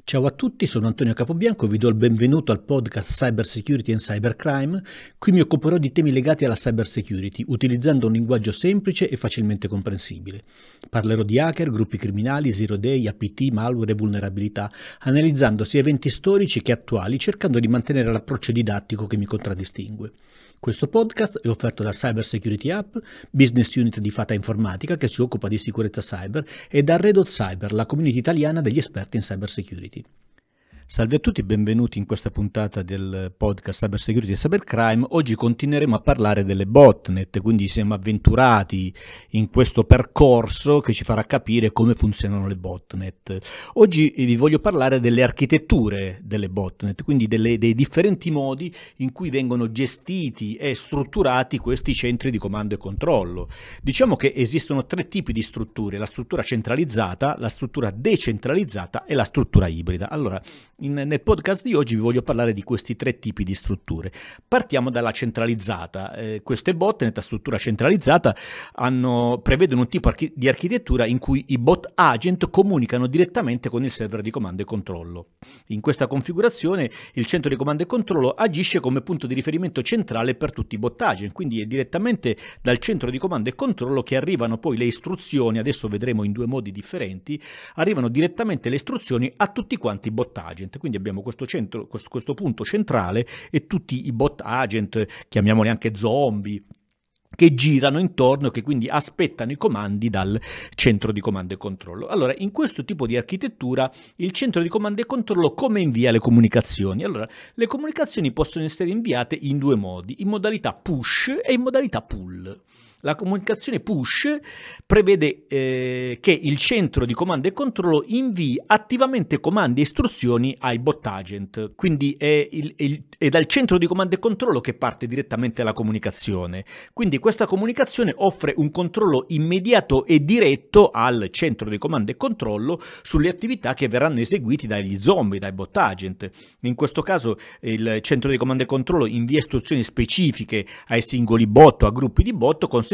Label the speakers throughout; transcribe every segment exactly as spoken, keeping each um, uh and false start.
Speaker 1: Ciao a tutti, sono Antonio Capobianco e vi do il benvenuto al podcast Cyber Security and Cybercrime. Qui mi occuperò di temi legati alla cyber security, utilizzando un linguaggio semplice e facilmente comprensibile. Parlerò di hacker, gruppi criminali, zero day, A P T, malware e vulnerabilità, analizzando sia eventi storici che attuali, cercando di mantenere l'approccio didattico che mi contraddistingue. Questo podcast è offerto da Cyber Security Hub, business unit di Fata Informatica che si occupa di sicurezza cyber, e da Red Hot Cyber, la community italiana degli esperti in cyber security. Salve a tutti e benvenuti in questa puntata del podcast Cyber Security e Cybercrime. Oggi continueremo a parlare delle botnet, quindi siamo avventurati in questo percorso che ci farà capire come funzionano le botnet. Oggi vi voglio parlare delle architetture delle botnet, quindi delle, dei differenti modi in cui vengono gestiti e strutturati questi centri di comando e controllo. Diciamo che esistono tre tipi di strutture: la struttura centralizzata, la struttura decentralizzata e la struttura ibrida. Allora, In, nel podcast di oggi vi voglio parlare di questi tre tipi di strutture. Partiamo dalla centralizzata. Eh, queste botnet a struttura centralizzata hanno, prevedono un tipo archi- di architettura in cui i bot agent comunicano direttamente con il server di comando e controllo. In questa configurazione il centro di comando e controllo agisce come punto di riferimento centrale per tutti i bot agent, quindi è direttamente dal centro di comando e controllo che arrivano poi le istruzioni. Adesso vedremo in due modi differenti, arrivano direttamente le istruzioni a tutti quanti i bot agent. Quindi abbiamo questo, centro, questo, questo punto centrale e tutti i bot agent, chiamiamoli anche zombie, che girano intorno, che quindi aspettano i comandi dal centro di comando e controllo. Allora, in questo tipo di architettura, il centro di comando e controllo come invia le comunicazioni? Allora, le comunicazioni possono essere inviate in due modi, in modalità push e in modalità pull. La comunicazione push prevede eh, che il centro di comando e controllo invii attivamente comandi e istruzioni ai bot agent, quindi è, il, il, è dal centro di comando e controllo che parte direttamente la comunicazione. Quindi questa comunicazione offre un controllo immediato e diretto al centro di comando e controllo sulle attività che verranno eseguite dagli zombie, dai bot agent. In questo caso il centro di comando e controllo invia istruzioni specifiche ai singoli bot o a gruppi di bot, consentendo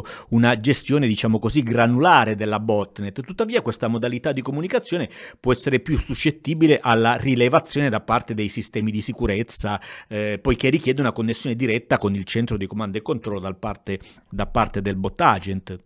Speaker 1: una gestione, diciamo così, granulare della botnet. Tuttavia questa modalità di comunicazione può essere più suscettibile alla rilevazione da parte dei sistemi di sicurezza, eh, poiché richiede una connessione diretta con il centro di comando e controllo da parte, da parte del bot agent.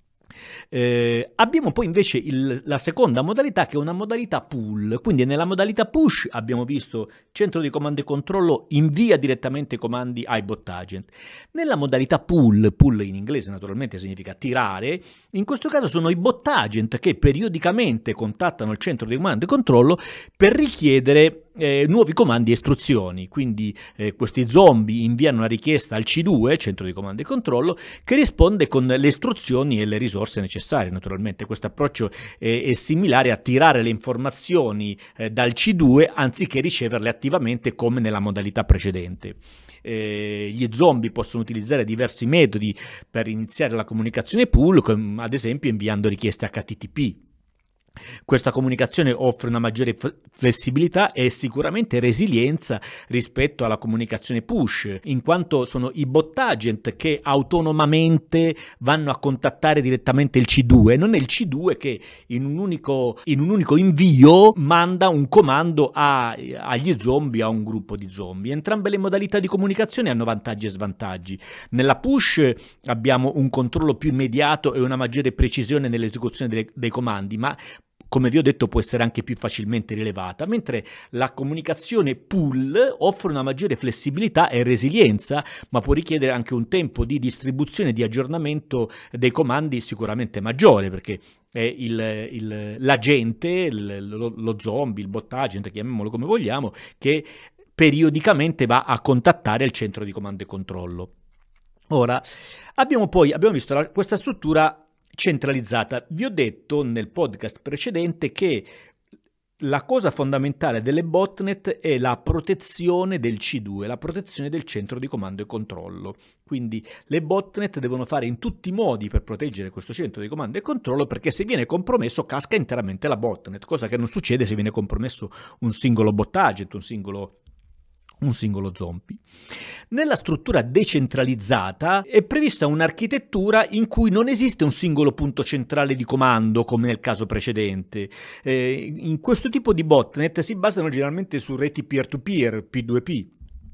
Speaker 1: Eh, abbiamo poi invece il, la seconda modalità, che è una modalità pull. Quindi nella modalità push abbiamo visto centro di comando e controllo invia direttamente i comandi ai bot agent. Nella modalità pull, pull in inglese naturalmente significa tirare, in questo caso sono i bot agent che periodicamente contattano il centro di comando e controllo per richiedere Eh, nuovi comandi e istruzioni. Quindi eh, questi zombie inviano una richiesta al C due, centro di comando e controllo, che risponde con le istruzioni e le risorse necessarie. Naturalmente questo approccio è, è similare a tirare le informazioni eh, dal C due anziché riceverle attivamente come nella modalità precedente. Eh, gli zombie possono utilizzare diversi metodi per iniziare la comunicazione pull, come ad esempio inviando richieste H T T P. Questa comunicazione offre una maggiore f- flessibilità e sicuramente resilienza rispetto alla comunicazione push, in quanto sono i bot agent che autonomamente vanno a contattare direttamente il C due, non è il C due che in un unico, in un unico invio manda un comando a, agli zombie, a un gruppo di zombie. Entrambe le modalità di comunicazione hanno vantaggi e svantaggi. Nella push abbiamo un controllo più immediato e una maggiore precisione nell'esecuzione delle, dei comandi, ma come vi ho detto può essere anche più facilmente rilevata, mentre la comunicazione pull offre una maggiore flessibilità e resilienza, ma può richiedere anche un tempo di distribuzione e di aggiornamento dei comandi sicuramente maggiore, perché è il, il, l'agente, il, lo, lo zombie, il bot agent, chiamiamolo come vogliamo, che periodicamente va a contattare il centro di comando e controllo. Ora, abbiamo poi abbiamo visto la, questa struttura centralizzata. Vi ho detto nel podcast precedente che la cosa fondamentale delle botnet è la protezione del C due, la protezione del centro di comando e controllo. Quindi le botnet devono fare in tutti i modi per proteggere questo centro di comando e controllo, perché se viene compromesso casca interamente la botnet, cosa che non succede se viene compromesso un singolo bot agent, un singolo un singolo zombie. Nella struttura decentralizzata è prevista un'architettura in cui non esiste un singolo punto centrale di comando come nel caso precedente. Eh, in questo tipo di botnet si basano generalmente su reti peer-to-peer, P due P,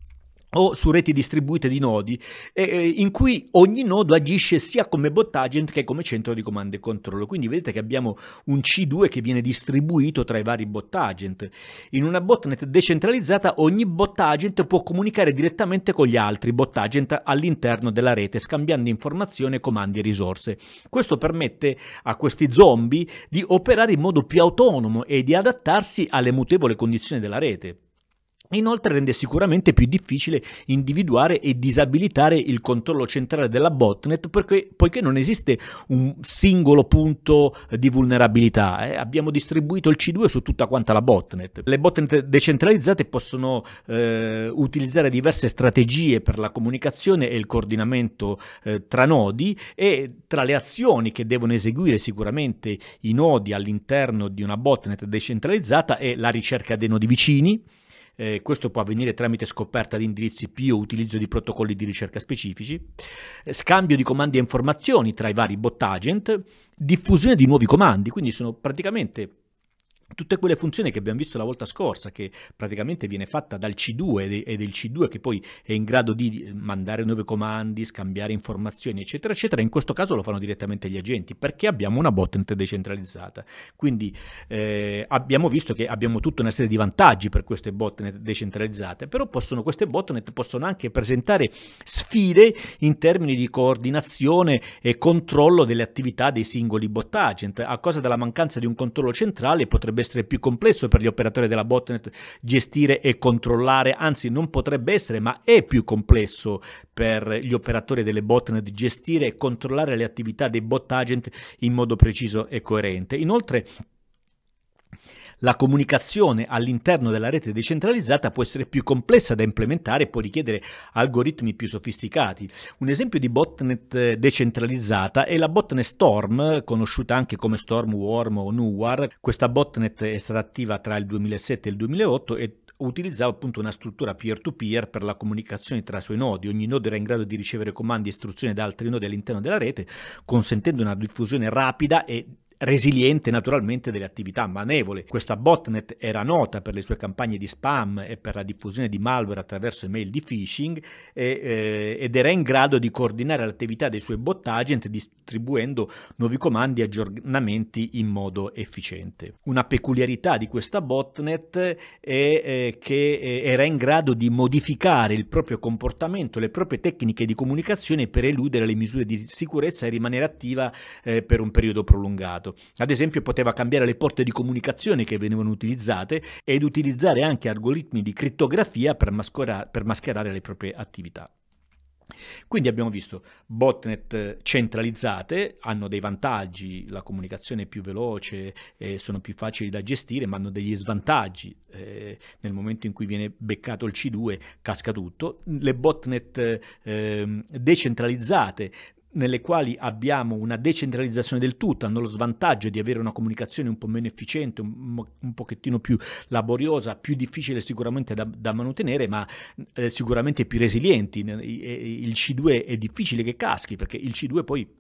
Speaker 1: o su reti distribuite di nodi, eh, in cui ogni nodo agisce sia come bot agent che come centro di comando e controllo. Quindi vedete che abbiamo un C due che viene distribuito tra i vari bot agent. In una botnet decentralizzata ogni bot agent può comunicare direttamente con gli altri bot agent all'interno della rete, scambiando informazioni, comandi e risorse. Questo permette a questi zombie di operare in modo più autonomo e di adattarsi alle mutevoli condizioni della rete. Inoltre rende sicuramente più difficile individuare e disabilitare il controllo centrale della botnet, perché, poiché non esiste un singolo punto di vulnerabilità. Eh. Abbiamo distribuito il C due su tutta quanta la botnet. Le botnet decentralizzate possono eh, utilizzare diverse strategie per la comunicazione e il coordinamento eh, tra nodi, e tra le azioni che devono eseguire sicuramente i nodi all'interno di una botnet decentralizzata è la ricerca dei nodi vicini. Eh, questo può avvenire tramite scoperta di indirizzi I P o utilizzo di protocolli di ricerca specifici, eh, scambio di comandi e informazioni tra i vari bot agent, diffusione di nuovi comandi, quindi sono praticamente tutte quelle funzioni che abbiamo visto la volta scorsa, che praticamente viene fatta dal C due ed è il C due che poi è in grado di mandare nuovi comandi, scambiare informazioni, eccetera, eccetera. In questo caso lo fanno direttamente gli agenti, perché abbiamo una botnet decentralizzata. Quindi eh, abbiamo visto che abbiamo tutta una serie di vantaggi per queste botnet decentralizzate, però possono, queste botnet possono anche presentare sfide in termini di coordinazione e controllo delle attività dei singoli bot agent. A causa della mancanza di un controllo centrale potrebbe essere più complesso per gli operatori della botnet gestire e controllare, anzi non potrebbe essere, ma è più complesso per gli operatori delle botnet gestire e controllare le attività dei bot agent in modo preciso e coerente. Inoltre, la comunicazione all'interno della rete decentralizzata può essere più complessa da implementare e può richiedere algoritmi più sofisticati. Un esempio di botnet decentralizzata è la botnet Storm, conosciuta anche come Stormworm o Nuwar. Questa botnet è stata attiva tra il duemilasette e il duemilaotto e utilizzava appunto una struttura peer-to-peer per la comunicazione tra i suoi nodi. Ogni nodo era in grado di ricevere comandi e istruzioni da altri nodi all'interno della rete, consentendo una diffusione rapida e resiliente naturalmente delle attività manevole. Questa botnet era nota per le sue campagne di spam e per la diffusione di malware attraverso email di phishing e, eh, ed era in grado di coordinare l'attività dei suoi bot agent distribuendo nuovi comandi e aggiornamenti in modo efficiente. Una peculiarità di questa botnet è eh, che eh, era in grado di modificare il proprio comportamento, le proprie tecniche di comunicazione per eludere le misure di sicurezza e rimanere attiva eh, per un periodo prolungato. Ad esempio, poteva cambiare le porte di comunicazione che venivano utilizzate ed utilizzare anche algoritmi di crittografia per, mascherare, per mascherare le proprie attività. Quindi abbiamo visto botnet centralizzate, hanno dei vantaggi, la comunicazione è più veloce, eh, sono più facili da gestire, ma hanno degli svantaggi. Eh, nel momento in cui viene beccato il C due casca tutto. Le botnet eh, decentralizzate, nelle quali abbiamo una decentralizzazione del tutto, hanno lo svantaggio di avere una comunicazione un po' meno efficiente, un, un pochettino più laboriosa, più difficile sicuramente da, da mantenere, ma eh, sicuramente più resilienti. Il C due è difficile che caschi, perché il C due poi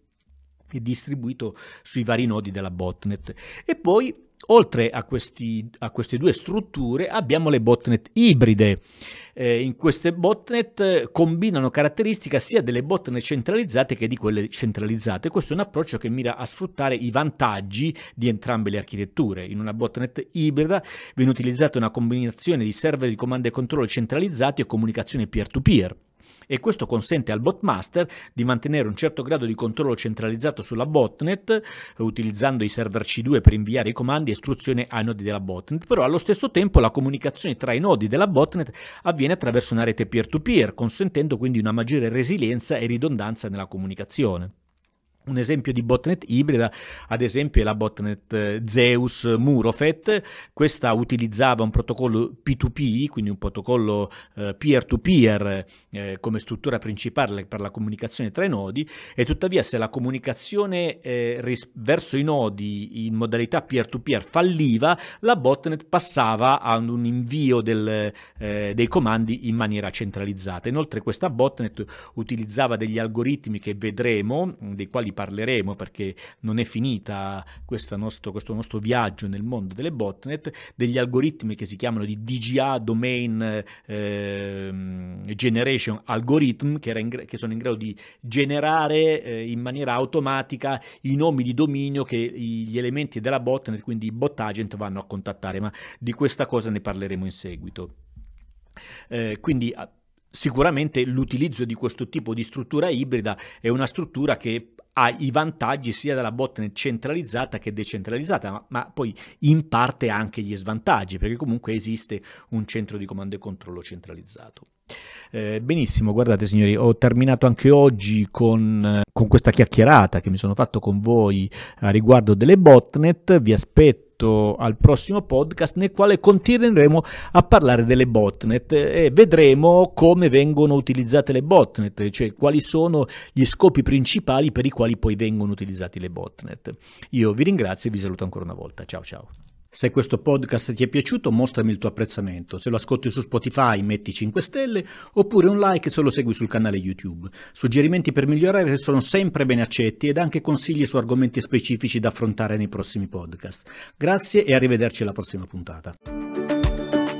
Speaker 1: è distribuito sui vari nodi della botnet. E poi, oltre a, questi, a queste due strutture, abbiamo le botnet ibride. Eh, in queste botnet combinano caratteristiche sia delle botnet centralizzate che di quelle centralizzate. Questo è un approccio che mira a sfruttare i vantaggi di entrambe le architetture. In una botnet ibrida viene utilizzata una combinazione di server di comando e controllo centralizzati e comunicazione peer-to-peer. E questo consente al botmaster di mantenere un certo grado di controllo centralizzato sulla botnet, utilizzando i server C due per inviare i comandi e istruzioni ai nodi della botnet, però allo stesso tempo la comunicazione tra i nodi della botnet avviene attraverso una rete peer-to-peer, consentendo quindi una maggiore resilienza e ridondanza nella comunicazione. Un esempio di botnet ibrida, ad esempio, è la botnet Zeus Murofet. Questa utilizzava un protocollo P due P, quindi un protocollo eh, peer-to-peer eh, come struttura principale per la comunicazione tra i nodi, e tuttavia se la comunicazione eh, ris- verso i nodi in modalità peer-to-peer falliva, la botnet passava a un invio del, eh, dei comandi in maniera centralizzata. Inoltre questa botnet utilizzava degli algoritmi che vedremo, dei quali parleremo perché non è finita questa nostro, questo nostro viaggio nel mondo delle botnet, degli algoritmi che si chiamano di D G A, Domain eh, Generation Algorithm, che, era in, che sono in grado di generare eh, in maniera automatica i nomi di dominio che gli elementi della botnet, quindi i bot agent, vanno a contattare, ma di questa cosa ne parleremo in seguito. Eh, quindi sicuramente l'utilizzo di questo tipo di struttura ibrida è una struttura che ha i vantaggi sia della botnet centralizzata che decentralizzata, ma, ma poi in parte anche gli svantaggi, perché comunque esiste un centro di comando e controllo centralizzato. Eh, benissimo, guardate signori, ho terminato anche oggi con, con questa chiacchierata che mi sono fatto con voi a riguardo delle botnet. Vi aspetto al prossimo podcast, nel quale continueremo a parlare delle botnet e vedremo come vengono utilizzate le botnet, cioè quali sono gli scopi principali per i quali poi vengono utilizzati le botnet. Io vi ringrazio e vi saluto ancora una volta. Ciao ciao. Se questo podcast ti è piaciuto, mostrami il tuo apprezzamento. Se lo ascolti su Spotify, metti cinque stelle, oppure un like se lo segui sul canale YouTube. Suggerimenti per migliorare sono sempre ben accetti, ed anche consigli su argomenti specifici da affrontare nei prossimi podcast. Grazie e arrivederci alla prossima puntata.